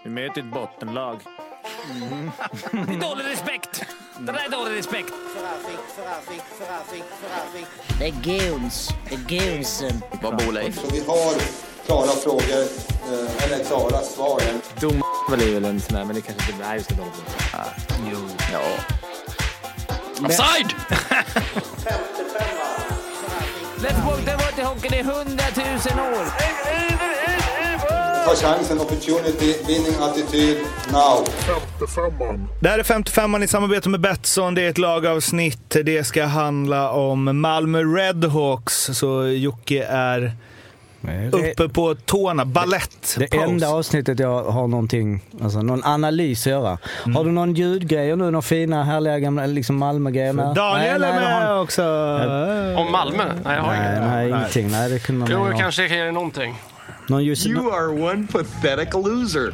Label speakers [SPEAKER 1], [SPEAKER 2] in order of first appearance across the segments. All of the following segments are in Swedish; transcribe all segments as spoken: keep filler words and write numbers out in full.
[SPEAKER 1] Vi möter ett bottenlag. Mm. Det är dålig respekt. Det där är dålig respekt.
[SPEAKER 2] Det är guns. Det är gunsen.
[SPEAKER 3] Vad bor Leif?
[SPEAKER 4] Så vi har klara frågor, eh, eller klara svar.
[SPEAKER 1] Dom väl är väl en sån där, men det kanske inte är just det dåligt.
[SPEAKER 3] Ah, jo. Ja. Offside!
[SPEAKER 1] Let's walk the water hockey, det är hundratusen år.
[SPEAKER 4] Ta chansen, opportunity, winning attityd, now.
[SPEAKER 5] femtiofemman. Det här är femtiofemman i samarbete med Betsson. Det är ett lagavsnitt. Det ska handla om Malmö Redhawks. Så Jocke är uppe på tårna. Ballett.
[SPEAKER 6] Det, det enda avsnittet jag har någonting, alltså någon analys att göra. Mm. Har du någon ljudgrejer nu? Några fina, härliga gamla liksom Malmö-grejer med?
[SPEAKER 5] Daniel nej, är med
[SPEAKER 6] har...
[SPEAKER 5] också.
[SPEAKER 7] Om Malmö? Nej, jag har
[SPEAKER 6] nej, nej, nej, ingenting. Nej, det kunde man
[SPEAKER 7] jo,
[SPEAKER 6] ha.
[SPEAKER 7] kanske är det någonting.
[SPEAKER 6] Någon just...
[SPEAKER 3] You are one pathetic loser.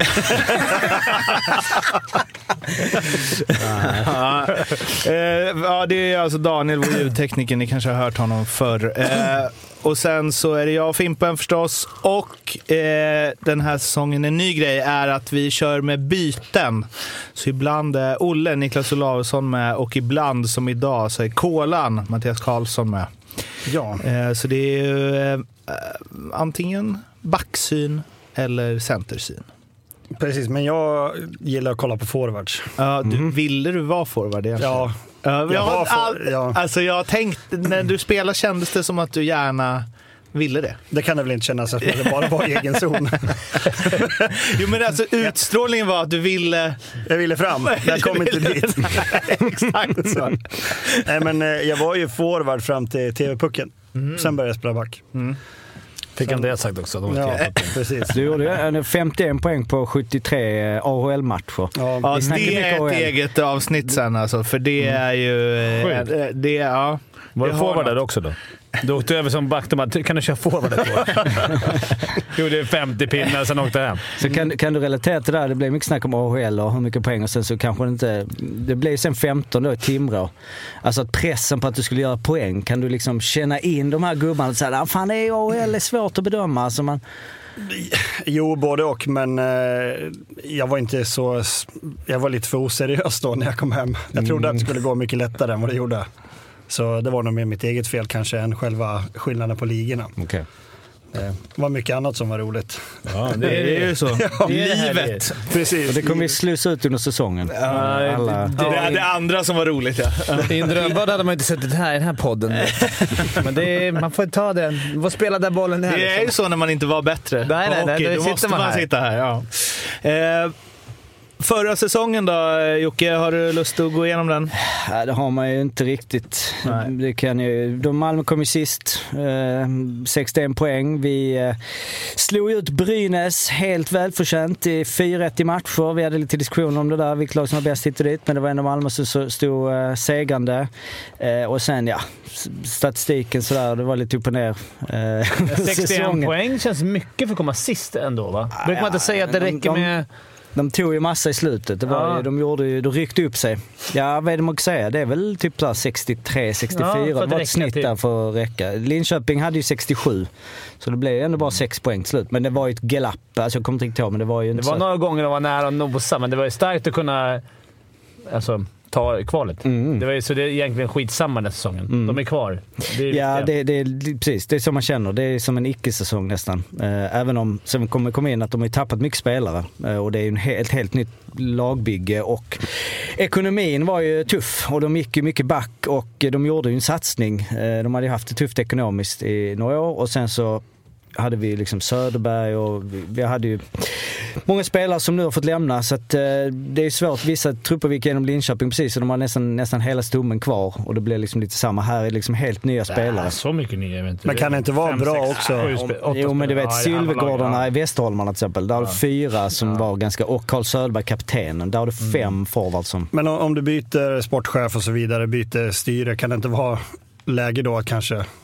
[SPEAKER 5] ja, eh, ja, det är alltså Daniel, vår ljudtekniker. Ni kanske har hört honom förr. Eh, och sen så är det jag och Fimpen förstås. Och eh, den här säsongen, en ny grej är att vi kör med byten. Så ibland är Olle, Niklas Olausson med. Och ibland, som idag, så är Kolan, Mattias Karlsson med.
[SPEAKER 6] Ja.
[SPEAKER 5] Eh, så det är ju eh, antingen backsyn eller centersyn.
[SPEAKER 8] Precis, men jag gillar att kolla på forwards.
[SPEAKER 5] Ja, du, mm. Ville du vara forward egentligen?
[SPEAKER 8] Ja.
[SPEAKER 5] Ja, jag
[SPEAKER 8] var
[SPEAKER 5] all,
[SPEAKER 8] for, ja.
[SPEAKER 5] Alltså jag tänkte, när du spelade kändes det som att du gärna ville det.
[SPEAKER 8] Det kan det väl inte kännas att det bara var egen zon.
[SPEAKER 5] Jo, men alltså utstrålningen var att du ville...
[SPEAKER 8] Jag ville fram, jag kom inte dit.
[SPEAKER 5] Exakt så.
[SPEAKER 8] Nej, men jag var ju forward fram till T V-pucken. Mm. Sen började jag spela back. Mm.
[SPEAKER 9] Fick han det sagt också? De
[SPEAKER 8] ja, precis.
[SPEAKER 6] Du gjorde femtioen poäng på sjuttiotre A H L-matcher.
[SPEAKER 5] Ja, ja, det är ett A H L. Eget avsnitt sen alltså, för det mm. är ju... Äh, det, ja,
[SPEAKER 9] var det forward där också då? Du åkte över som back, de kan du köra forward ett år? Gjorde femtio pinnar, sen åkte hem.
[SPEAKER 6] Så kan, kan du relatera till det där? Det blev mycket snack om A H L och hur mycket poäng, och sen så kanske det inte... Det blev sen femton då i Timrå. Alltså att pressen på att du skulle göra poäng, kan du liksom känna in de här gubbarna och säga, fan det är A H L är svårt att bedöma. Alltså man...
[SPEAKER 8] Jo, både och, men eh, jag var inte så... Jag var lite för oseriös då när jag kom hem. Jag trodde mm. att det skulle gå mycket lättare än vad det gjorde. Så det var nog med mitt eget fel kanske än själva skillnaden på ligorna.
[SPEAKER 6] Okay.
[SPEAKER 8] Det var mycket annat som var roligt.
[SPEAKER 5] Ja, det är ju så. Ja,
[SPEAKER 6] det är
[SPEAKER 5] livet.
[SPEAKER 8] Precis.
[SPEAKER 6] Och det kommer vi slussa ut under säsongen.
[SPEAKER 5] Ja, Alla. Det, det är det andra som var roligt. Ja.
[SPEAKER 9] I en drömvärld hade man inte sett det här i den här podden. Men det är, man får ta den. Vad spelar där bollen här?
[SPEAKER 5] Det är ju så när man inte var bättre.
[SPEAKER 9] Nej, nej, nej.
[SPEAKER 5] Då, då måste man, man sitta här. Ja. Eh, Förra säsongen då, Jocke, har du lust att gå igenom den?
[SPEAKER 6] Ja, det har man ju inte riktigt. Nej. Det kan ju, de Malmö kom ju sist, eh, sextioen poäng. Vi eh, slog ut Brynäs helt välförtjänt i fyra ett i matcher. Vi hade lite diskussion om det där, vilket lag som var bäst hit och dit, men det var ändå Malmö som stod eh, segande. Eh, och sen, ja, statistiken sådär, det var lite upp och ner. Eh,
[SPEAKER 9] sextioen poäng känns mycket för att komma sist ändå, va? Ja, brukar man inte säga att det räcker de, de, med...
[SPEAKER 6] De tog ju massa i slutet. Det var, ja. De gjorde ju, de ryckte upp sig. Ja, vad är det man kan säga? Det är väl typ där sextiotre sextiofyra. Ja, det var ett snitt där för att räcka. Linköping hade ju sextiosju. Så det blev ändå bara sex poäng till slut. Men det var ju ett gelapp. Alltså jag kommer inte riktigt ihåg, men det var ju inte
[SPEAKER 9] Det var
[SPEAKER 6] så...
[SPEAKER 9] några gånger de var nära att nosa, men det var ju starkt att kunna... Alltså... ta kvalet. Mm. Det var ju, så det är egentligen skitsamma den här säsongen. Mm. De är kvar. Det är
[SPEAKER 6] ja, det, det är precis. Det är som man känner. Det är som en icke-säsong nästan. Eh, även om sen kommer komma in att de har tappat mycket spelare. Eh, och det är ju en helt, ett helt nytt lagbygge. Och ekonomin var ju tuff. Och de gick ju mycket back. Och de gjorde ju en satsning. Eh, de hade ju haft det tufft ekonomiskt i några år. Och sen så hade vi liksom Söderberg och vi, vi hade ju många spelare som nu har fått lämna, så att eh, det är svårt. Vissa trupper gick igenom Linköping precis, så de har nästan, nästan hela stommen kvar, och det blir liksom lite samma. Här är liksom helt nya spelare.
[SPEAKER 9] Ja, så mycket nya, inte.
[SPEAKER 8] Men kan det inte vara fem, bra sex, också?
[SPEAKER 6] Om, åtta, jo, men du vet, Sylvegårdarna i Västerholmarna till exempel, där har du ja. fyra som ja. var ganska, och Carl Söderberg kaptenen, där har du fem mm. forward som...
[SPEAKER 8] Men om, om du byter sportchef och så vidare, byter styre, kan det inte vara läge då att kanske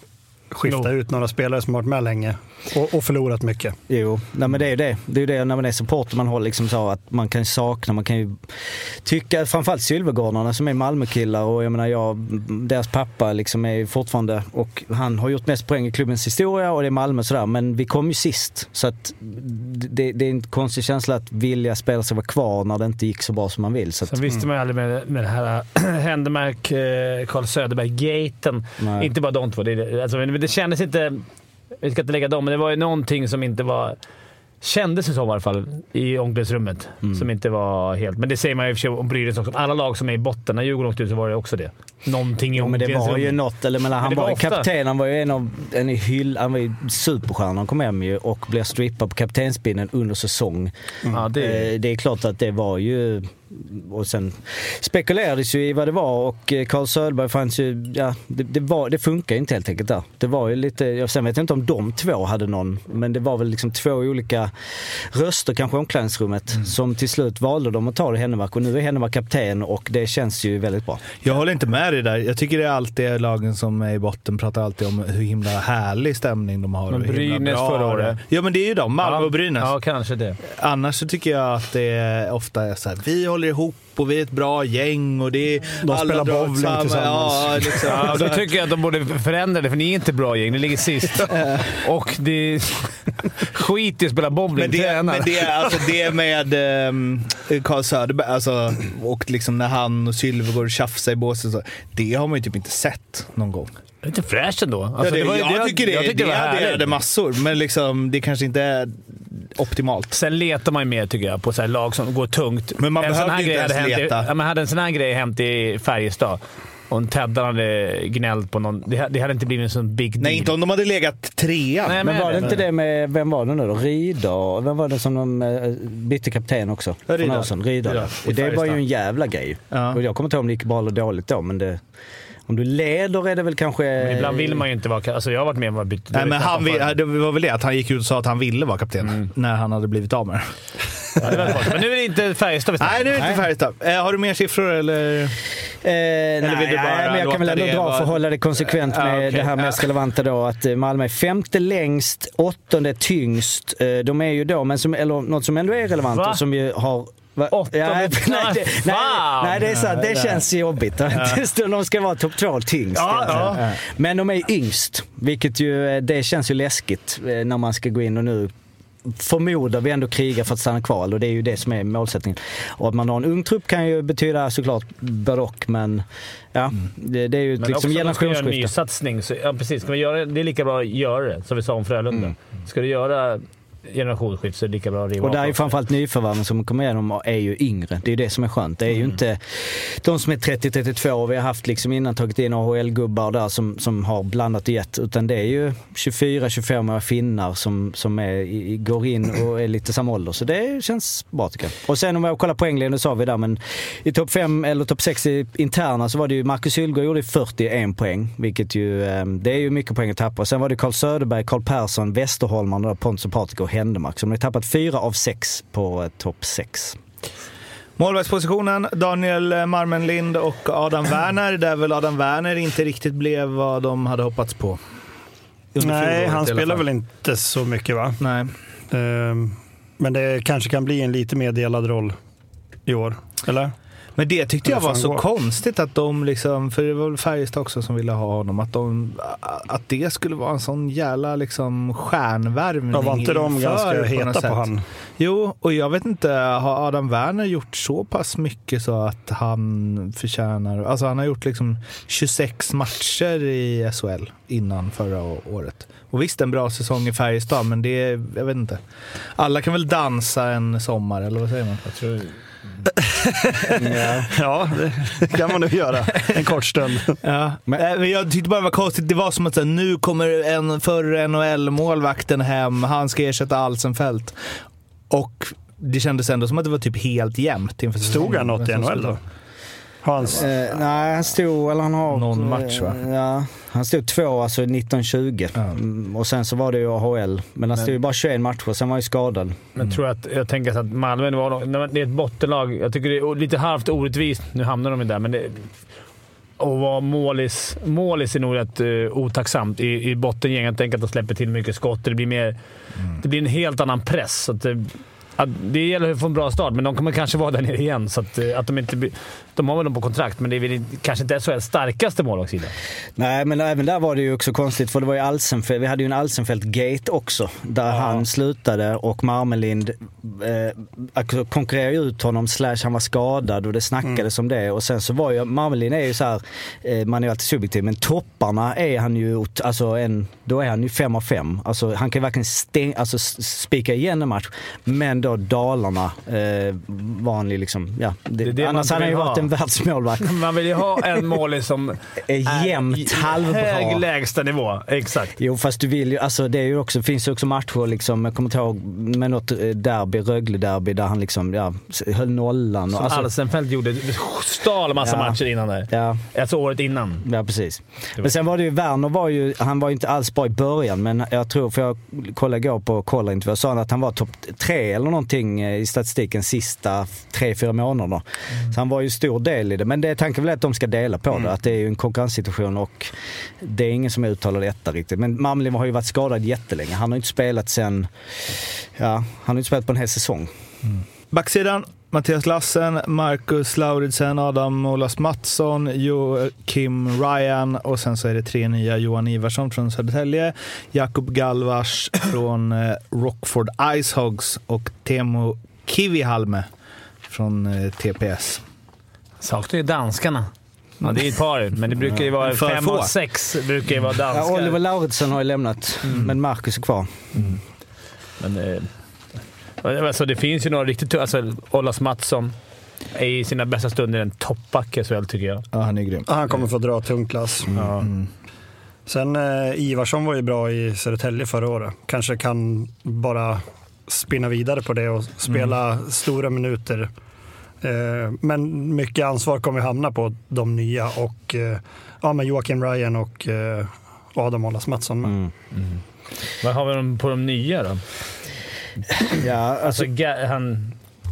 [SPEAKER 8] skifta ut några spelare som har varit med länge och, och förlorat mycket.
[SPEAKER 6] Jo, nej, men det är ju det. Det är ju det när man är supporter man har liksom så att man kan sakna, man kan ju tycka, framförallt Sylvegårdarna som är Malmökillar och jag menar jag, deras pappa liksom är ju fortfarande, och han har gjort mest poäng i klubbens historia och det är Malmö sådär, men vi kom ju sist så att det, det är en konstig känsla att vilja spela sig vara kvar när det inte gick så bra som man vill. Så att,
[SPEAKER 9] sen visste man ju aldrig med, med det här Händemark, Carl Söderberg-gaten, inte bara de två, det, alltså, det kändes inte, vi ska inte lägga dem, men det var ju någonting som inte var, kändes det så i alla fall i omklädningsrummet, mm. som inte var helt, men det säger man ju om Brynäs också, alla lag som är i botten, när Djurgården åkte ut så var det också det. Någonting i
[SPEAKER 6] ja, men det var ju något, eller men han men var, var kapten, han var ju en av en i hyll, han var ju superstjärna, han kom hem ju och blev strippad på kaptensbinden under säsong. Mm. Ja, det... det är klart att det var ju, och sen spekulerades ju i vad det var och Carl Söderberg fanns ju, ja, det, det, var, det funkar inte helt enkelt där. Det var ju lite, jag sen vet inte om de två hade någon, men det var väl liksom två olika röster kanske i omklädningsrummet mm. som till slut valde de att ta det Händemark, och nu är Händemark kapten och det känns ju väldigt bra.
[SPEAKER 5] Jag håller inte med dig där. Jag tycker det är alltid lagen som är i botten pratar alltid om hur himla härlig stämning de har.
[SPEAKER 9] Men Brynäs förra året.
[SPEAKER 5] Ja, men det är ju de, Malmö
[SPEAKER 9] ja,
[SPEAKER 5] och Brynäs.
[SPEAKER 9] Ja, kanske det.
[SPEAKER 5] Annars så tycker jag att det är ofta så här, vi håller ihop och vi är ett bra gäng och det är
[SPEAKER 8] de alla spelar bowling tillsammans.
[SPEAKER 5] Ja, liksom.
[SPEAKER 9] Ja, då tycker jag att de borde förändra det, för ni är inte bra gäng, ni ligger sist. Och det är skit i att spela bowling.
[SPEAKER 5] Men det, men det, alltså, det med um, Carl Söderberg, alltså, och liksom när han och Sylvegård tjafsar i båsen, så, det har man ju typ inte sett någon gång.
[SPEAKER 9] Det är inte fräscht ändå. Alltså,
[SPEAKER 5] ja, det,
[SPEAKER 9] det var,
[SPEAKER 5] jag,
[SPEAKER 9] det,
[SPEAKER 5] tycker det,
[SPEAKER 9] jag tycker
[SPEAKER 5] det,
[SPEAKER 9] det,
[SPEAKER 5] det hade det massor, men liksom, det kanske inte är optimalt.
[SPEAKER 9] Sen letar man ju mer, tycker jag, på så här lag som går tungt.
[SPEAKER 5] Men man en behöver inte ens
[SPEAKER 9] hade
[SPEAKER 5] leta.
[SPEAKER 9] I, ja, man hade en sån här grej hämt i Färjestad. Och en Teddan hade gnällt på någon. Det, det hade inte blivit en sån big deal.
[SPEAKER 5] Nej, inte om de hade legat trea.
[SPEAKER 6] Nej, men, men var det inte det med, vem var det nu då? Rida? Vem var det som de äh, bytte kapten också?
[SPEAKER 5] Rida.
[SPEAKER 6] Rida. Rida. Och det var ju en jävla grej. Ja. Och jag kommer inte ihåg om det gick bra eller dåligt då, men det... Om du leder är det väl kanske... Men
[SPEAKER 9] ibland vill man ju inte vara... Alltså jag har varit med om att byta...
[SPEAKER 5] Nej, men han vill, det var väl det att han gick ut och sa att han ville vara kapten mm. när han hade blivit av med det.
[SPEAKER 9] Ja, det var klart. Men nu är det inte Färjestad.
[SPEAKER 5] Nej, nu är det inte Färjestad. Eh, har du mer siffror eller?
[SPEAKER 6] Eh, eller vill nej, du bara men jag kan väl ändå dra för att hålla det konsekvent med ja, okay. det här mest relevanta då. Att Malmö är femte längst, åttonde tyngst. De är ju då, men som, eller något som ändå är relevant och som ju har...
[SPEAKER 9] Åtta,
[SPEAKER 6] ja, nej, det, nej, nej, det är så, det känns jobbigt. Ja. De ska vara topp två tyngst. Ja, ja. Men de är yngst, vilket ju, det känns ju läskigt när man ska gå in och nu förmodar vi ändå kriga för att stanna kvar, och det är ju det som är målsättningen. Och att man har en ung trupp kan ju betyda såklart barock, men ja, mm. det, det är ju men liksom generationsskifte. Men också en ny
[SPEAKER 9] satsning, så, ja precis, ska vi göra, det är lika bra att göra det, som vi sa om Frölunda. Mm. Ska du göra generationsskift så är det lika bra att riva.
[SPEAKER 6] Och där är ju framförallt nyförvärven som kommer igenom är ju yngre. Det är ju det som är skönt. Det är ju mm. inte de som är trettio till trettiotvå, vi har haft liksom innan tagit in A H L-gubbar där som, som har blandat och gett, utan det är ju tjugofyra tjugofem finnar som, som är, går in och är lite samma ålder. Så det känns bra tycker jag. Och sen om jag kollar poängleden, då sa vi där, men i topp fem eller topp sex i interna så var det ju Marcus Sylvegård gjorde fyrtioen poäng, vilket ju, det är ju mycket poäng att tappa. Och sen var det Carl Söderberg, Carl Persson, Westerholman och Pontus och Patrik och Händemark som har tappat fyra av sex på eh, topp sex.
[SPEAKER 5] Målvaktspositionen, Daniel Marmenlind och Adam Werner, där väl Adam Werner inte riktigt blev vad de hade hoppats på.
[SPEAKER 8] Nej, han spelar väl inte så mycket va?
[SPEAKER 5] Nej.
[SPEAKER 8] Um, men det kanske kan bli en lite mer delad roll i år, eller?
[SPEAKER 5] Men det tyckte jag var så går. konstigt att de liksom, för det var väl Färjestad också som ville ha honom, att, de, att det skulle vara en sån jävla liksom stjärnvärvning.
[SPEAKER 8] Ja, var inte de ganska heta på, på han?
[SPEAKER 5] Jo, och jag vet inte, har Adam Werner gjort så pass mycket så att han förtjänar, alltså han har gjort liksom tjugosex matcher i S H L innan förra året. Och visst en bra säsong i Färjestad, men det är, jag vet inte. Alla kan väl dansa en sommar, eller vad säger man? Jag tror...
[SPEAKER 8] ja, ja det kan man nog göra en kort stund.
[SPEAKER 5] Ja. Men jag tyckte bara det var konstigt. Det var som att säga, nu kommer en förre N H L-målvakten hem, han ska ersätta Alsenfelt. Och det kändes ändå som att det var typ helt jämnt inför
[SPEAKER 8] stod han något i N H L då? Hans.
[SPEAKER 6] Eh, nej, han stod, eller han har
[SPEAKER 5] någon match va?
[SPEAKER 6] Ja, han stod två, alltså nitton tjugo. Ja. Mm, och sen så var det ju A H L, men han stod ju bara tjugoen matcher, sen var han ju skadad.
[SPEAKER 9] Men mm. tror att jag tänker att Malmö var, det är ett bottenlag. Jag tycker det är lite halvt orättvist. Nu hamnar de ju där, men det, Och vara målis, målis är nog rätt uh, otacksamt i, i bottengänget. Jag tänker att de släpper till mycket skott. Det blir, mer, mm. det blir en helt annan press. Så att, att det gäller att få en bra start, men de kommer kanske vara där nere igen. Så att, att de inte blir, de har väl dem på kontrakt, men det är väl kanske inte så starkaste målvaktssidan.
[SPEAKER 6] Nej, men även där var det ju också konstigt, för det var ju Alsenfelt, vi hade ju en Alsenfelt-gate också, där ja. han slutade och Marmelind eh, konkurrerade ut honom, slash han var skadad och det snackades mm. om det. Och sen så var ju, Marmelind är ju så här, eh, man är ju alltid subjektiv, men topparna är han ju, alltså en, då är han ju fem av fem. Alltså han kan ju verkligen stäng, alltså spika igen en match, men då dalarna eh, vanlig liksom, ja. Det, det, det annars hade han ju varit en världsmålvakt.
[SPEAKER 9] Man vill ju ha en mål som
[SPEAKER 6] är jämnt halvbra.
[SPEAKER 9] Hög lägsta nivå, exakt.
[SPEAKER 6] Jo, fast du vill ju, alltså det är ju också, finns ju också matcher liksom, jag kommer inte ihåg med något derby, Rögle-derby, där han liksom, ja, höll nollan.
[SPEAKER 9] Som
[SPEAKER 6] alltså,
[SPEAKER 9] Alsenfelt gjorde, stal massa ja, matcher innan där.
[SPEAKER 6] Ja.
[SPEAKER 9] Alltså året innan.
[SPEAKER 6] Ja, precis. Men sen var det ju, Werner var ju, han var ju inte alls bra i början, men jag tror, för jag kollade igår på kollarintervju, sa han att han var topp tre eller någonting i statistiken sista tre, fyra månader. Mm. Så han var ju stor del i det, men det är tanken väl att de ska dela på mm. det, att det är ju en konkurrenssituation och det är ingen som uttalar detta riktigt. Men Marmelind har ju varit skadad jättelänge. Han har inte spelat sen, ja, han har inte spelat på en hel säsong.
[SPEAKER 5] Mm. Backsidan, Mattias Lassen, Marcus Lauridsen, Adam Olas Mattsson, Joakim Ryan och sen så är det tre nya, Johan Ivarsson från Södertälje, Jakob Galvars från eh, Rockford Icehogs och Teemu Kivihalme från eh, T P S.
[SPEAKER 9] Saknar ju danskarna. Ja, det är ett par, men det brukar ju vara
[SPEAKER 5] För
[SPEAKER 9] fem
[SPEAKER 5] få.
[SPEAKER 9] och sex brukar ju vara danskar.
[SPEAKER 6] Ja, Oliver Lauridsen har ju lämnat, mm. men Marcus är kvar.
[SPEAKER 9] Mm. Men eh, alltså, det finns ju några riktigt, alltså Olas Mattsson är i sina bästa stunder en toppback så väl, tycker jag.
[SPEAKER 5] Ja, han är grym.
[SPEAKER 8] Ja, han kommer få dra tungklass.
[SPEAKER 5] Mm. Ja. Mm.
[SPEAKER 8] Sen eh, Ivarsson var ju bra i Södertälje förra året. Kanske kan bara spinna vidare på det och spela mm. stora minuter. Eh, men mycket ansvar kommer hamna på de nya och eh, ja, med Joakim Ryan och eh, Adam Olas Mattsson.
[SPEAKER 6] Mm.
[SPEAKER 9] Mm. Vad har vi de på de nya då?
[SPEAKER 6] Ja, alltså,
[SPEAKER 9] alltså ga- han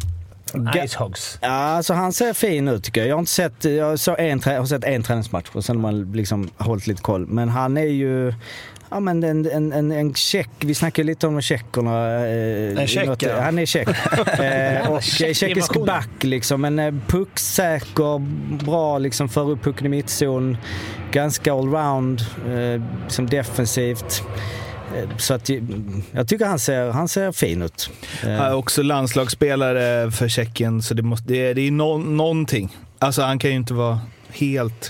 [SPEAKER 9] Icehogs.
[SPEAKER 6] Ja, alltså han ser fin ut tycker jag. Jag har inte sett, jag så en, jag har sett en träningsmatch och sen har man liksom hållit lite koll. Men han är ju, ja men en, en, en, en tjeck, vi snackar lite om tjeckerna.
[SPEAKER 8] Eh, en tjeck, ja.
[SPEAKER 6] Han är tjeck. eh, och tjeckisk back liksom, en eh, pucksäker, bra liksom, för upp pucken i mittzon, ganska allround, eh, som defensivt. Så att jag tycker han ser, han ser fin ut.
[SPEAKER 5] Han är också landslagsspelare för Tjeckien, så det, måste, det är, det är no, någonting. Alltså han kan ju inte vara helt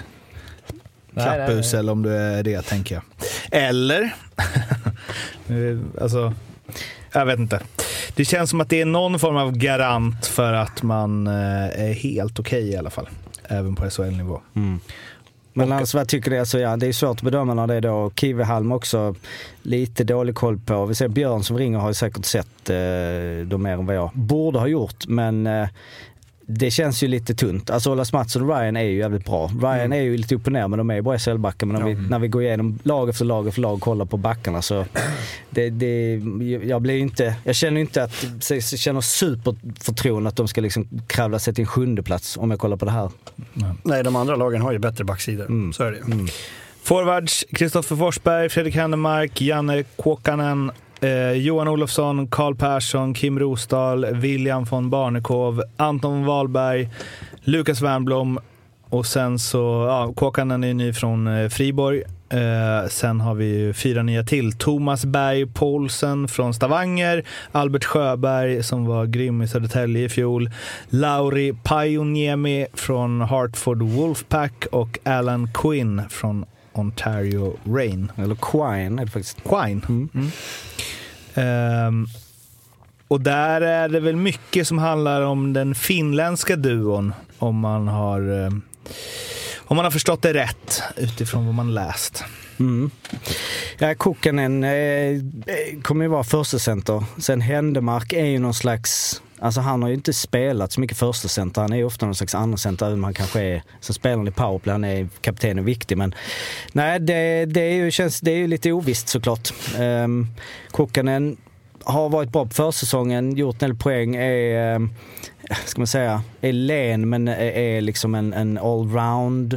[SPEAKER 5] klappus eller om det är det, tänker jag. Eller alltså jag vet inte. Det känns som att det är någon form av garant för att man är helt okej okay, i alla fall. Även på S H L-nivå. Mm.
[SPEAKER 6] Men alltså, vad tycker du? Alltså, ja, det är svårt att bedöma när det är då. Kivihalm också lite dålig koll på. Vi ser Björn som ringer har säkert sett eh, dem mer än vad jag borde ha gjort. Men eh, det känns ju lite tunt. Alltså Olas Mattsson och Ryan är ju jävligt bra. Ryan mm. är ju lite upp och ner, men de är ju bara S H L-backar. Men när, mm. vi, när vi går igenom lag efter lag efter lag och kollar på backarna så det, det, jag blir inte, jag känner inte att jag känner superförtroende att de ska liksom kravla sig till en sjunde plats om jag kollar på det här.
[SPEAKER 8] Mm. Nej, de andra lagen har ju bättre backsidor. Mm. Så är det ju. Mm.
[SPEAKER 5] Forwards, Kristoffer Forsberg, Fredrik Händemark, Janne Kåkanen, Eh, Johan Olofsson, Karl Persson, Kim Rosdahl, William von Barnekov, Anton Wahlberg, Lukas Wernblom och sen så, ja, Kåkanen är ny från eh, Friborg. Eh, sen har vi fyra nya till. Thomas Berg Paulsen från Stavanger, Albert Sjöberg som var grym i Södertälje i fjol, Lauri Pajuniemi från Hartford Wolfpack och Alan Quinn från Ontario Reign.
[SPEAKER 6] Eller Quine är det faktiskt.
[SPEAKER 5] Quine. Mm. Mm. Um, och där är det väl mycket som handlar om den finländska duon, om man har um, om man har förstått det rätt utifrån vad man läst.
[SPEAKER 6] Mm. Ja, Kukkonen eh, kommer ju vara första center. Sen Händemark är ju någon slags, alltså han har ju inte spelat så mycket första center. Han är ju ofta någon slags andra center, även om han kanske är som spelaren i powerplay. Han är kapten och viktig, men nej, det, det, är ju, känns, det är ju lite ovisst såklart. Um, Kukkonen har varit bra på försäsongen, gjort en del poäng, är, ska man säga, är len, men är, är liksom en, en allround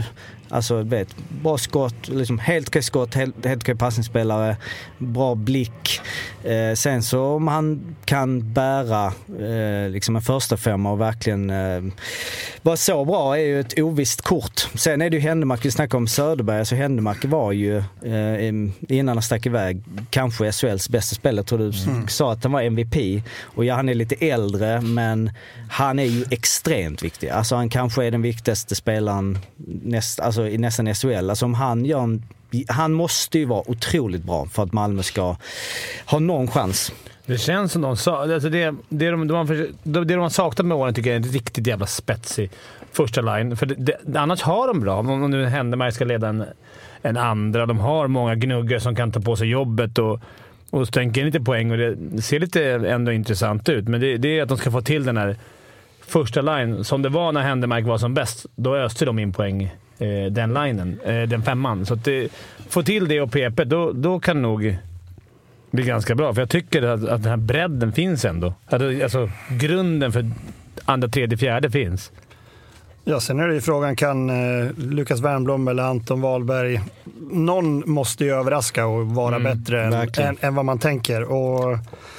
[SPEAKER 6] Alltså vet, bra skott, liksom helt okej skott, helt, helt okej passningsspelare, bra blick. Eh, sen så om han kan bära eh, liksom en första femma och verkligen eh, vara så bra är ju ett ovisst kort. Sen är det ju Händemark, vi snackar om Söderberg, så Händemark var ju eh, innan han stack iväg kanske S H L:s bästa spelare, tror du mm. sa att han var M V P. Och ja, han är lite äldre, men han är ju extremt viktig. Alltså han kanske är den viktigaste spelaren näst, alltså, i nästan S H L. Alltså om han gör en, han måste ju vara otroligt bra för att Malmö ska ha någon chans.
[SPEAKER 9] Det känns som de sa, alltså det, det, de, de har, det de har saknat med åren tycker jag är en riktigt jävla spetsig första line. För det, det, annars har de bra. Om nu Händemark ska leda en, en andra. De har många gnuggar som kan ta på sig jobbet och, och stänka in lite poäng. Och det ser lite ändå intressant ut. Men det, det är att de ska få till den här första line. Som det var när Händemark var som bäst. Då öste de in poäng, eh, den linen, eh, den femman. Så att det, få till det och P P, då, då kan nog bli ganska bra. För jag tycker att, att den här bredden finns ändå. Alltså grunden för andra, tredje, fjärde finns.
[SPEAKER 8] Ja, sen är det ju frågan, kan eh, Lukas Wernbloom eller Anton Wahlberg, någon måste ju överraska och vara mm, bättre än, än, än vad man tänker. Och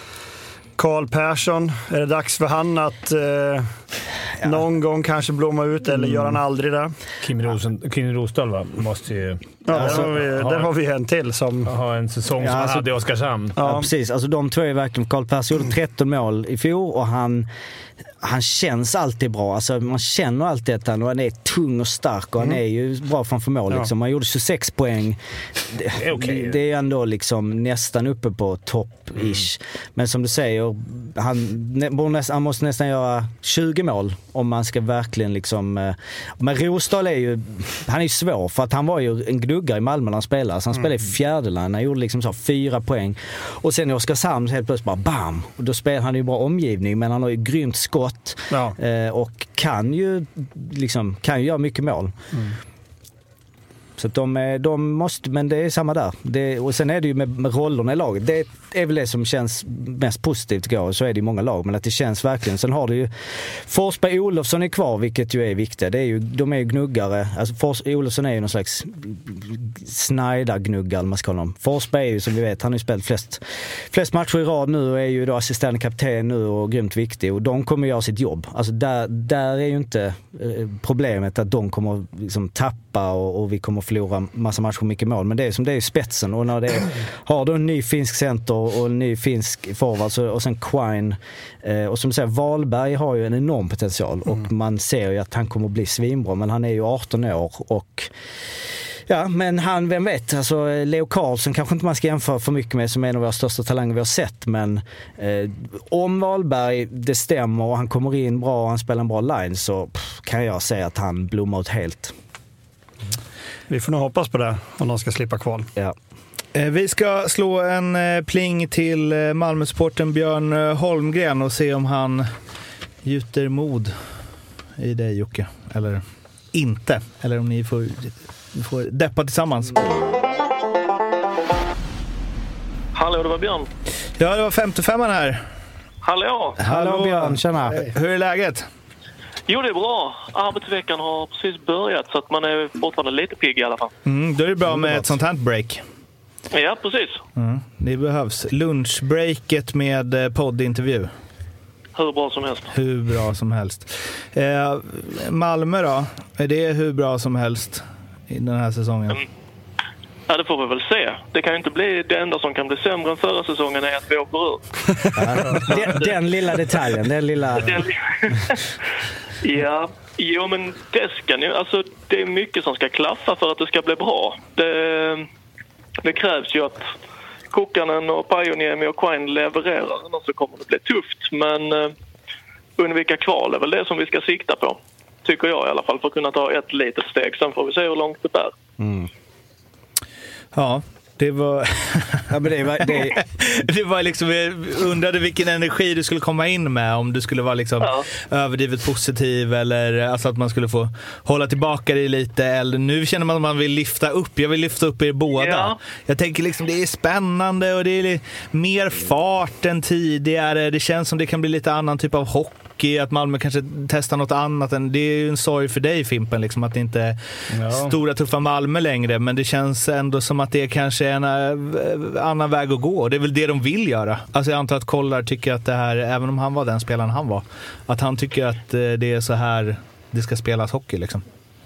[SPEAKER 8] Karl Persson, är det dags för han att eh, ja. någon gång kanske blomma ut, eller mm. gör han aldrig det?
[SPEAKER 9] Kim, Rosen, Kim Rosdahl va? Måste ju...
[SPEAKER 8] Ja, alltså, där, har vi,
[SPEAKER 9] ha,
[SPEAKER 8] där har vi en till som...
[SPEAKER 9] Ha en säsong ja, som alltså, hade i Oskarshamn.
[SPEAKER 6] Ja. ja, precis. Alltså de två är verkligen... Karl Persson gjorde tretton mål i fjol och han... Han känns alltid bra. Alltså, man känner alltid att han, och han är tung och stark och mm. han är ju bra framför mål. Liksom.
[SPEAKER 8] Ja.
[SPEAKER 6] Han gjorde tjugosex poäng. Det,
[SPEAKER 9] det, är okay.
[SPEAKER 6] det är ändå liksom nästan uppe på topp-ish. Mm. Men som du säger, han, han måste nästan göra tjugo mål om man ska verkligen liksom... Men Rosdahl är ju... Han är ju svår för att han var ju en gnuggare i Malmö när han spelade. Så han mm. spelade i fjärdeland. Han gjorde liksom så fyra poäng. Och sen i Oskarshamn helt plötsligt bara bam! Och då spelar han ju bra omgivning, men han har ju grymt skott. Ja. Eh, och kan ju liksom, kan ju göra mycket mål. Mm. Så att de, de måste, men det är samma där. Det, och sen är det ju med, med rollerna i laget. Det är väl det som känns mest positivt igår. Så är det i många lag, men att det känns verkligen. Sen har du ju Forsberg Olofsson är kvar, vilket ju är viktigt. Det är ju, de är ju gnuggare. Alltså Fors, Olofsson är ju någon slags snajda-gnuggar, man ska kalla dem. Forsberg är ju, som vi vet, han har ju spelat flest, flest matcher i rad nu och är ju då assisterande kapten nu och grymt viktig. Och de kommer göra sitt jobb. Alltså där, där är ju inte eh, problemet att de kommer liksom tappa och, och vi kommer förlora massa matcher mycket mål, men det är som det är spetsen, och när det är, har du en ny finsk center och en ny finsk forward så, och sen Quine eh, och som säger, Wahlberg har ju en enorm potential och mm. man ser ju att han kommer att bli svinbra, men han är ju arton år och ja, men han, vem vet, alltså Leo Karlsson kanske inte man ska jämföra för mycket med, som är en av våra största talanger vi har sett, men eh, om Wahlberg det stämmer och han kommer in bra och han spelar en bra line, så pff, kan jag säga att han blommar ut helt.
[SPEAKER 8] Vi får nog hoppas på det om de ska slippa kval.
[SPEAKER 6] Ja.
[SPEAKER 5] Vi ska slå en pling till Malmö-sporten Björn Holmgren och se om han gjuter mod i dig, Jocke, eller inte, eller om ni får, får deppa tillsammans.
[SPEAKER 10] Hallå, det var Björn.
[SPEAKER 5] Ja, det var femtiofemman här.
[SPEAKER 10] Hallå.
[SPEAKER 6] Hallå Björn, tjena.
[SPEAKER 5] Hur är läget?
[SPEAKER 10] Jo, det är bra. Arbetsveckan har precis börjat så att man är fortfarande lite pigg i alla fall.
[SPEAKER 5] Mm, då är det bra med ett sånt här break.
[SPEAKER 10] Ja, precis.
[SPEAKER 5] Mm, det behövs. Lunchbreaket med poddintervju.
[SPEAKER 10] Hur bra som helst.
[SPEAKER 5] Hur bra som helst. Eh, Malmö då? Är det hur bra som helst i den här säsongen? Mm.
[SPEAKER 10] Ja, det får vi väl se. Det kan ju inte bli det enda som kan bli sämre än förra säsongen är att vi åker ur.
[SPEAKER 6] den, den lilla detaljen, den lilla... Den,
[SPEAKER 10] ja, jo men det ska nu, alltså det är mycket som ska klaffa för att det ska bli bra. Det, det krävs ju att Kokkanen och Pajoniemi och Quine levererar, annars så kommer det bli tufft. Men uh, undvika kval är väl det som vi ska sikta på, tycker jag i alla fall, för att kunna ta ett litet steg. Sen får vi se hur långt det bär.
[SPEAKER 6] Mm.
[SPEAKER 5] Ja, det var...
[SPEAKER 6] ja, men det var, det...
[SPEAKER 5] det var liksom, jag undrade vilken energi du skulle komma in med, om du skulle vara liksom ja. överdrivet positiv, eller alltså att man skulle få hålla tillbaka det lite, eller nu känner man att man vill lyfta upp. Jag vill lyfta upp er båda. Ja. Jag tänker liksom, det är spännande och det är mer fart än tidigare. Det känns som det kan bli lite annan typ av hockey. hockey, att Malmö kanske testar något annat. Än, det är ju en sorg för dig, Fimpen, liksom, att det inte är ja. stora tuffa Malmö längre, men det känns ändå som att det är kanske en äh, annan väg att gå. Det är väl det de vill göra. Alltså jag antar att Kollar tycker att det här, även om han var den spelaren han var, att han tycker att äh, det är så här det ska spelas hockey liksom.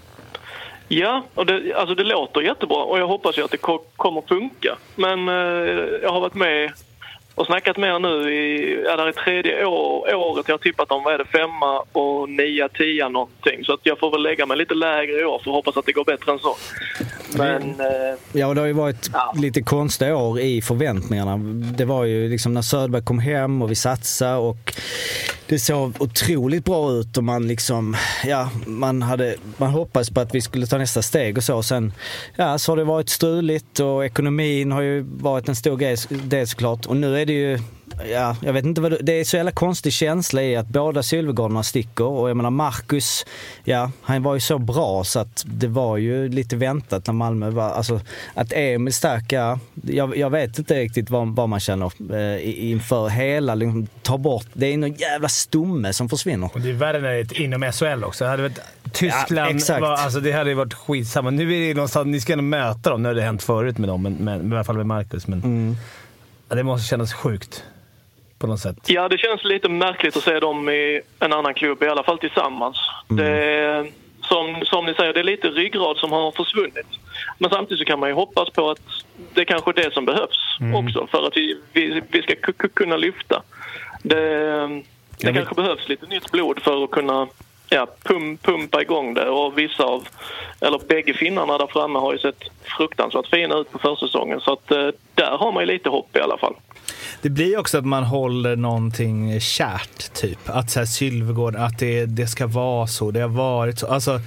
[SPEAKER 10] Ja, och det, alltså det låter jättebra och jag hoppas ju att det ko- kommer funka. Men eh, jag har varit med och snackat med er nu i, ja, där i tredje år, året. Jag har tippat om vad är det, femma och nia, tia någonting. Så att jag får väl lägga mig lite lägre i år för att hoppas att det går bättre än så. Men, eh,
[SPEAKER 6] ja, och det har ju varit ja. lite konstiga år i förväntningarna. Det var ju liksom när Söderberg kom hem och vi satsade och det såg otroligt bra ut och man liksom, ja, man hade, man hoppades på att vi skulle ta nästa steg och så. Och sen, ja, så har det varit struligt och ekonomin har ju varit en stor grej, det såklart. Och nu är det ju, ja, jag vet inte vad det, det är så jävla konstig känsla i att båda Sylvegårdarna sticker och jag menar Marcus, ja, han var ju så bra så att det var ju lite väntat när Malmö var, alltså att Emil stärka, jag, jag vet inte riktigt vad, vad man känner eh, inför hela, liksom, ta bort, det är någon jävla stomme som försvinner.
[SPEAKER 9] Och det är värre när det är inom S H L också. Det hade varit Tyskland, ja, var, alltså det hade varit skitsamma. Nu är det någonstans, ni ska ändå möta dem, nu har det hänt förut med dem, men, men, i alla fall med Marcus, men mm. ja, det måste kännas sjukt. På något sätt.
[SPEAKER 10] Ja, det känns lite märkligt att se dem i en annan klubb, i alla fall tillsammans. Mm. Det, som, som ni säger, det är lite ryggrad som har försvunnit. Men samtidigt så kan man ju hoppas på att det är kanske det som behövs mm. också för att vi, vi, vi ska k- k- kunna lyfta. Det, det ja, kanske vi... behövs lite nytt blod för att kunna ja, pum, pumpa igång det. Och vissa av, eller bägge finnarna där framme har ju sett fruktansvärt fina ut på försäsongen. Så att där har man ju lite hopp i alla fall.
[SPEAKER 5] Det blir också att man håller någonting kärt, typ. Att så här Sylvegård, att det, det ska vara så, det har varit så. Alltså,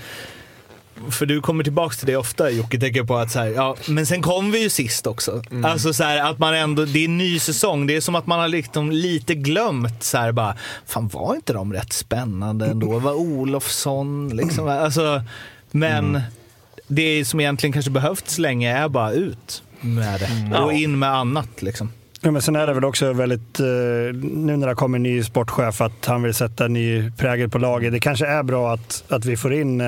[SPEAKER 5] för du kommer tillbaka till det ofta, Jocke, tänker på att så här, ja, men sen kom vi ju sist också. Mm. Alltså så här, att man ändå, det är en ny säsong, det är som att man har liksom lite glömt så här bara, fan var inte de rätt spännande ändå? Var Olofsson liksom, alltså, men mm. det som egentligen kanske behövts länge är bara ut med det mm. och in med annat liksom.
[SPEAKER 8] Ja, men sen är det väl också väldigt, nu när det kommer en ny sportchef, att han vill sätta en ny prägel på laget. Det kanske är bra att, att vi får in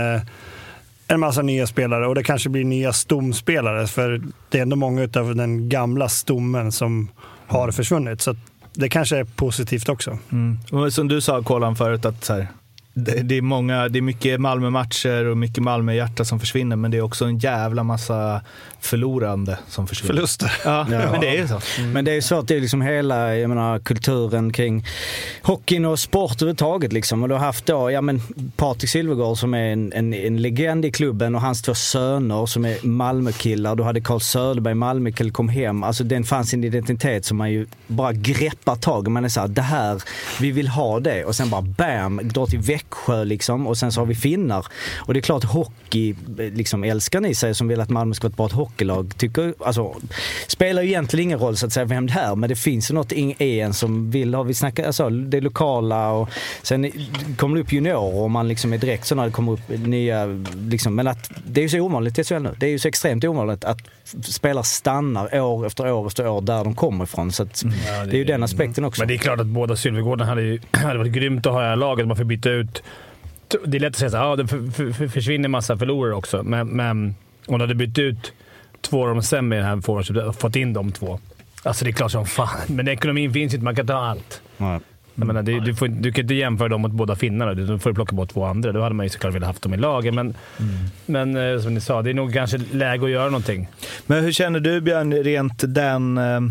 [SPEAKER 8] en massa nya spelare och det kanske blir nya stomspelare, för det är ändå många av den gamla stommen som har försvunnit. Så det kanske är positivt också.
[SPEAKER 5] Mm. Som du sa, Kolan, förut, att så här, det, det är många, det är mycket Malmö-matcher och mycket Malmö-hjärta som försvinner, men det är också en jävla massa förlorande som försvinner.
[SPEAKER 8] Förluster.
[SPEAKER 5] Ja, ja. Men det är ju så.
[SPEAKER 6] Mm. Men det är ju svårt, det är liksom hela, jag menar, kulturen kring hockeyn och sport överhuvudtaget liksom. Och du har haft då, ja men Patrik Sylvegård som är en, en, en legend i klubben och hans två söner som är Malmö-killar. Du hade Carl Söderberg, Malmö-kill, kom hem. Alltså den fanns en identitet som man ju bara greppar tag. Man är så här, det här, vi vill ha det. Och sen bara bam, drar till Växjö liksom. Och sen så har vi finnar. Och det är klart, hockey liksom älskar ni sig som vill att Malmö ska vara ett bra hockeylag. Tycker, alltså, spelar ju egentligen ingen roll så att säga vem det är, men det finns ju något i en som vill ha, vi snackar, alltså det lokala, och sen kommer det upp juniorer och man liksom är direkt så när det kommer upp nya liksom, men att det är ju så ovanligt det är, så, nu. Det är ju så extremt ovanligt att spelare stannar år efter år efter år där de kommer ifrån, så att mm. ja, det, det är ju den aspekten också.
[SPEAKER 9] Men det är klart att båda Sylvegården hade ju hade varit grymt att ha i här laget, man får byta ut. Det är lätt att säga så här, ja, det för, för, försvinner massa förlorare också, men, men om de hade bytt ut två av de sämre i den här forwards och fått in de två. Alltså det är klart som fan. Men ekonomin finns inte, man kan ta allt. Nej. Jag menar, det, du, får, du kan inte jämföra dem mot båda finnarna. Du får plocka bort två andra. Då hade man ju såklart velat haft dem i laget. Men, mm. men eh, som ni sa, det är nog kanske läge att göra någonting.
[SPEAKER 5] Men hur känner du, Björn, rent den... Eh,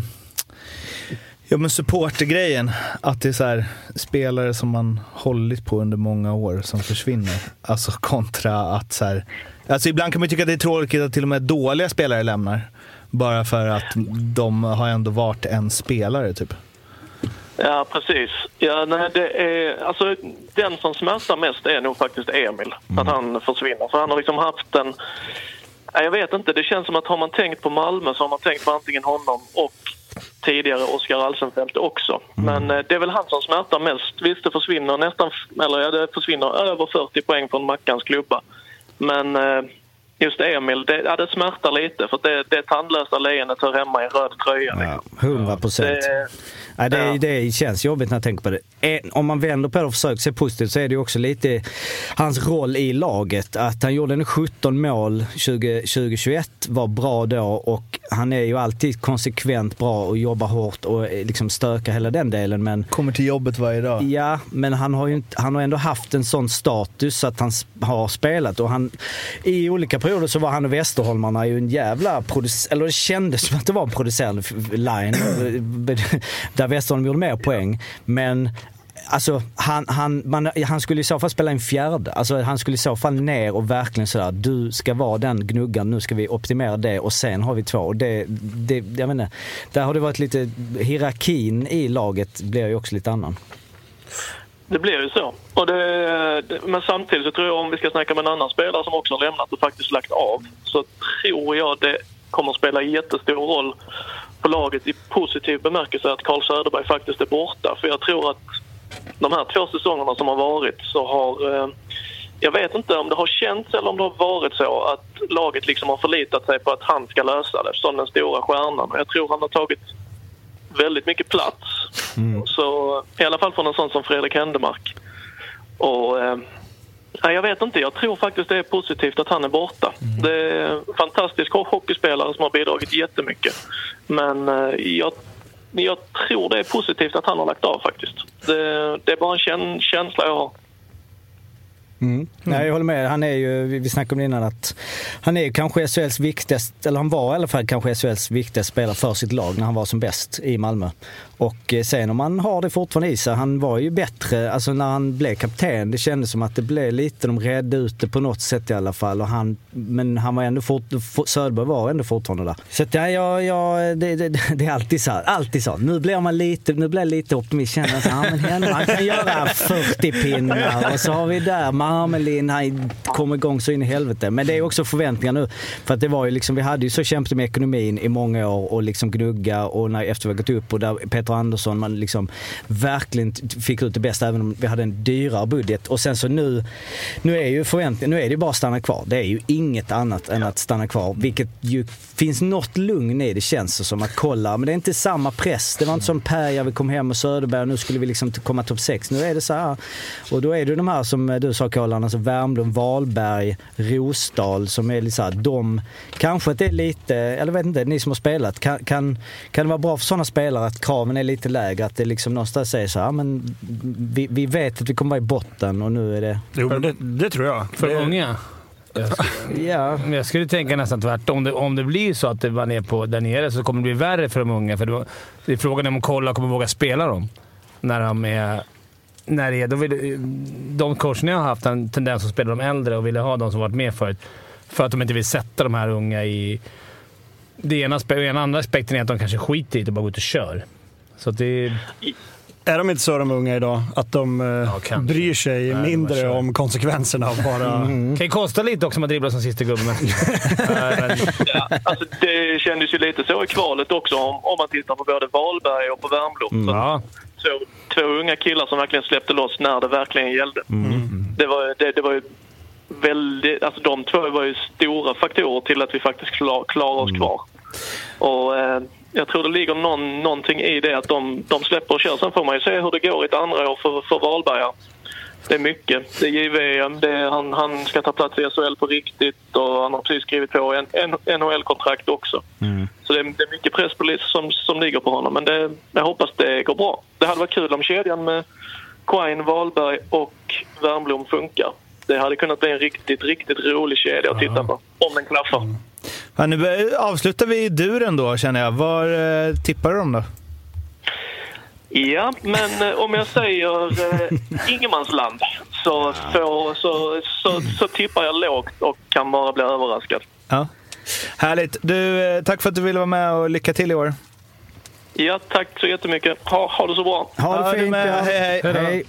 [SPEAKER 5] ja, men supportergrejen? Att det är så här, spelare som man hållit på under många år som försvinner. Alltså kontra att så här... Alltså ibland kan man tycka att det är tråkigt att till och med dåliga spelare lämnar. Bara för att de har ändå varit en spelare typ.
[SPEAKER 10] Ja, precis. Ja, nej, det är, alltså, den som smärtar mest är nog faktiskt Emil. Mm. Att han försvinner. För han har liksom haft en... Jag vet inte, det känns som att har man tänkt på Malmö så har man tänkt på antingen honom och tidigare Oskar Alsenfelt också. Mm. Men det är väl han som smärtar mest. Visst, det försvinner nästan... Eller ja, det försvinner över fyrtio poäng från Mackans klubba. Men just Emil, det, ja, det smärtar lite. För det, det tandlösa leendet hör hemma i en röd tröja.
[SPEAKER 6] Ja, hundra procent. Nej, det,
[SPEAKER 10] Ja.
[SPEAKER 6] det känns jobbigt när jag tänker på det. Om man vänder på det och försöker se positivt så är det ju också lite hans roll i laget. Att han gjorde en sjutton mål tjugo tjugoett var bra då, och han är ju alltid konsekvent bra och jobbar hårt och liksom stökar hela den delen. Men
[SPEAKER 5] kommer till jobbet varje dag.
[SPEAKER 6] Ja, men han har ju inte, han har ändå haft en sån status att han har spelat, och han i olika perioder så var han och Westerholmarna ju en jävla produc- eller det kändes som att det var en producerande line där Westerholm gjorde mer poäng, men alltså han, han, man, han skulle i så fall spela en fjärde, alltså han skulle i så fall ner och verkligen sådär, du ska vara den gnuggan, nu ska vi optimera det och sen har vi två, och det, det jag menar, där har det varit lite, hierarkin i laget blir ju också lite annan.
[SPEAKER 10] Det blir ju så. Och det, det, men samtidigt så tror jag, om vi ska snacka med en annan spelare som också har lämnat och faktiskt lagt av, så tror jag det kommer att spela en jättestor roll på laget i positiv bemärkelse att Carl Söderberg faktiskt är borta. För jag tror att de här två säsongerna som har varit så har... Eh, jag vet inte om det har känts eller om det har varit så att laget liksom har förlitat sig på att han ska lösa det som den stora stjärnan. Jag tror han har tagit väldigt mycket plats. Mm. Så i alla fall från en sån som Fredrik Händemark. Och eh, jag vet inte, jag tror faktiskt det är positivt att han är borta. Mm. Det är en fantastisk hockeyspelare som har bidragit jättemycket. Men eh, jag, jag tror det är positivt att han har lagt av faktiskt. Det, det är bara en kän, känsla jag har.
[SPEAKER 6] Mm. Mm. Nej, jag håller med. Han är ju, vi snackade om det innan, att han är ju kanske S H L:s viktigaste, eller han var i alla fall kanske S H L:s viktigaste spelare för sitt lag när han var som bäst i Malmö. Och sen om han har det fortfarande i sig, han var ju bättre, alltså när han blev kapten, det kändes som att det blev lite, de redde ut det på något sätt i alla fall, och han, men han var ändå fort, Söderberg var ändå fortfarande där. Så att, ja, ja, ja det, det, det är alltid så, alltid så. Nu blir man lite, nu blir lite optimist, känner att ja, men han kan göra fyrtio pinnar, och så har vi där Marmelin, han kommer igång så in i helvete. Men det är också förväntningar nu, för att det var ju liksom, vi hade ju så kämpat med ekonomin i många år och liksom gnugga, och när efter vi gått upp och där Peter Andersson, man liksom verkligen fick ut det bästa även om vi hade en dyrare budget. Och sen så nu nu är ju förväntningen, nu är det bara att stanna kvar. Det är ju inget annat än att stanna kvar, vilket ju finns något lugn i, det känns som att kolla, men det är inte samma press. Det var inte som Per, jag vi kom hem och Söderberg, nu skulle vi liksom komma topp sex. Nu är det så här, och då är det de här som du sa, Karlan, alltså Värmlund, Wahlberg, Rosdahl, som är lite så här, de kanske att det är lite, eller vet inte, ni som har spelat, kan, kan, kan det vara bra för sådana spelare att kraven är lite lägre, att det liksom någonstans säger så här, men vi, vi vet att vi kommer vara i botten och nu är det...
[SPEAKER 8] Jo, men det, det tror jag.
[SPEAKER 9] För
[SPEAKER 8] det...
[SPEAKER 9] unga? Jag skulle, ja. jag skulle tänka nästan tvärtom. Om det, om det blir så att det var ner på där nere, så kommer det bli värre för de unga. För det, var, det är frågan om kolla kommer våga spela dem. När de är... När det är då vill, de coacherna har haft en tendens att spela de äldre och ville ha de som varit med förut. För att de inte vill sätta de här unga i... Det ena, den andra aspekten är att de kanske skiter i det och bara går ut och kör. Så att det...
[SPEAKER 8] Är de inte så de unga idag? Att de ja, bryr sig Nej, mindre om konsekvenserna av bara...
[SPEAKER 9] Mm. Kan ju kosta lite också om man dribblar som sista gubben.
[SPEAKER 10] ja, alltså det kändes ju lite så i kvalet också, om, om man tittar på både Wahlberg och på Värmblom. Mm.
[SPEAKER 9] Ja.
[SPEAKER 10] Så, två unga killar som verkligen släppte loss när det verkligen gällde. Mm. Det, var, det, det var ju väldigt... Alltså de två var ju stora faktorer till att vi faktiskt klar, klarar oss mm. kvar. Och... Eh, jag tror det ligger någon, någonting i det att de, de släpper och kör. Sen får man ju se hur det går i ett andra år för, för Wahlberg. Det är mycket. Det är J V M. Det är, han, han ska ta plats i S H L på riktigt. Och han har precis skrivit på en, en N H L-kontrakt också. Mm. Så det är, det är mycket press på som, som ligger på honom. Men det, jag hoppas det går bra. Det hade varit kul om kedjan med Quine, Wahlberg och Värmblom funkar. Det hade kunnat bli en riktigt, riktigt rolig kedja att titta på. Om den klaffar. Mm.
[SPEAKER 5] Ja, nu avslutar vi duren då, känner jag. Var eh, tippar du dem då?
[SPEAKER 10] Ja, men eh, om jag säger eh, Ingenmansland så, så, så, så, så tippar jag lågt och kan bara bli överraskad.
[SPEAKER 5] Ja, härligt. Du, eh, tack för att du ville vara med och lycka till i år.
[SPEAKER 10] Ja, tack så jättemycket. Ha, ha det så bra.
[SPEAKER 6] Ha det fint.
[SPEAKER 5] Ja,
[SPEAKER 6] ja.
[SPEAKER 5] Hej, hej. hej.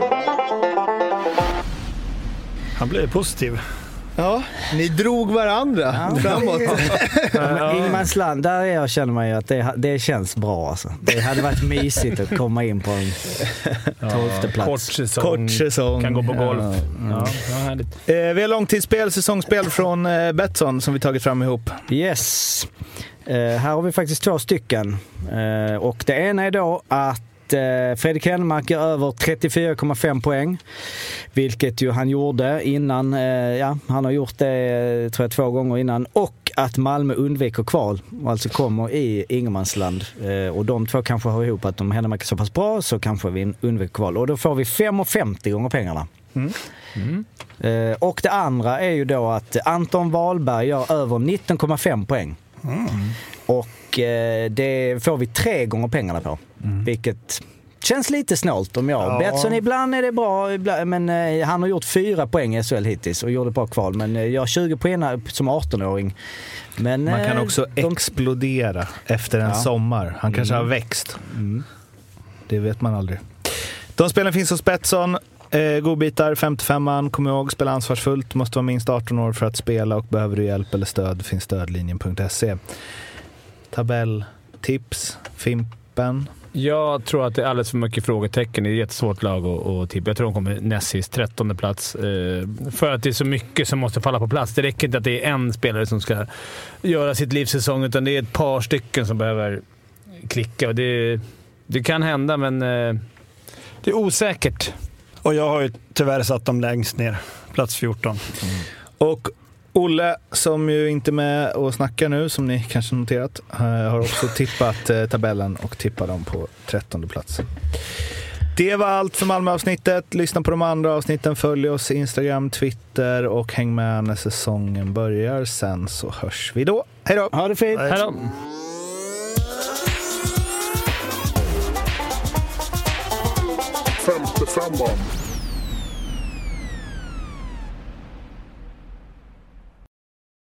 [SPEAKER 8] Han blev positiv.
[SPEAKER 5] Ja, ni drog varandra ja. framåt.
[SPEAKER 6] Ja. Ingemansland, där jag känner man ju att det, det känns bra alltså. Det hade varit mysigt att komma in på en tolfte plats.
[SPEAKER 9] Kort säsong.
[SPEAKER 5] Kort säsong.
[SPEAKER 9] Kan gå på golf.
[SPEAKER 6] Ja. Mm.
[SPEAKER 9] Ja, ja, härligt.
[SPEAKER 5] Eh, vi har långtidsspel, säsongsspel från eh, Betsson som vi tagit fram ihop.
[SPEAKER 6] Yes. Eh, här har vi faktiskt två stycken. Eh, och det ena är då att Fredrik Hellmark är över trettiofyra komma fem poäng, vilket ju han gjorde innan. Ja, han har gjort det tror jag två gånger innan. Och att Malmö undviker kval och alltså kommer i Ingermansland. Och de två kanske har ihop att om Hellmark är så pass bra så kanske vi undviker kval. Och då får vi fem komma femtio gånger pengarna. Mm. Mm. Och det andra är ju då att Anton Wahlberg gör över nitton komma fem poäng. Mm. Och det får vi tre gånger pengarna på. Mm. Vilket känns lite snålt om jag. Ja. Betsson ibland är det bra, ibland, men eh, han har gjort fyra poäng i S H L hittills och gjorde bra kval. Men eh, jag har tjugo poäng som arton-åring. Men,
[SPEAKER 5] man kan
[SPEAKER 6] eh,
[SPEAKER 5] också de... explodera efter en ja. sommar. Han kanske mm. har växt.
[SPEAKER 6] Mm.
[SPEAKER 5] Det vet man aldrig. De spelen finns hos Betsson. Eh, godbitar, femtiofemman. Kom ihåg, spela ansvarsfullt. Måste vara minst arton år för att spela och behöver du hjälp eller stöd finns stödlinjen punkt se. Tabell, tips, Fimpen.
[SPEAKER 9] Jag tror att det är alldeles för mycket frågetecken. Det är ett jättesvårt lag att tippa. Jag tror de kommer näst sist, trettonde plats. Eh, för att det är så mycket som måste falla på plats. Det räcker inte att det är en spelare som ska göra sitt livssäsong, utan det är ett par stycken som behöver klicka. Och det, det kan hända, men eh, det är osäkert.
[SPEAKER 8] Och jag har ju tyvärr satt dem längst ner. Plats fjorton.
[SPEAKER 5] Mm. Och Olle, som ju inte är med och snackar nu, som ni kanske noterat, har också tippat eh, tabellen och tippar dem på trettonde plats. Det var allt för Malmö-avsnittet. Lyssna på de andra avsnitten, följ oss Instagram, Twitter och häng med när säsongen börjar. Sen så hörs vi då. Hej då!
[SPEAKER 6] Ha det fint!
[SPEAKER 9] Hej då!
[SPEAKER 11] femtiofem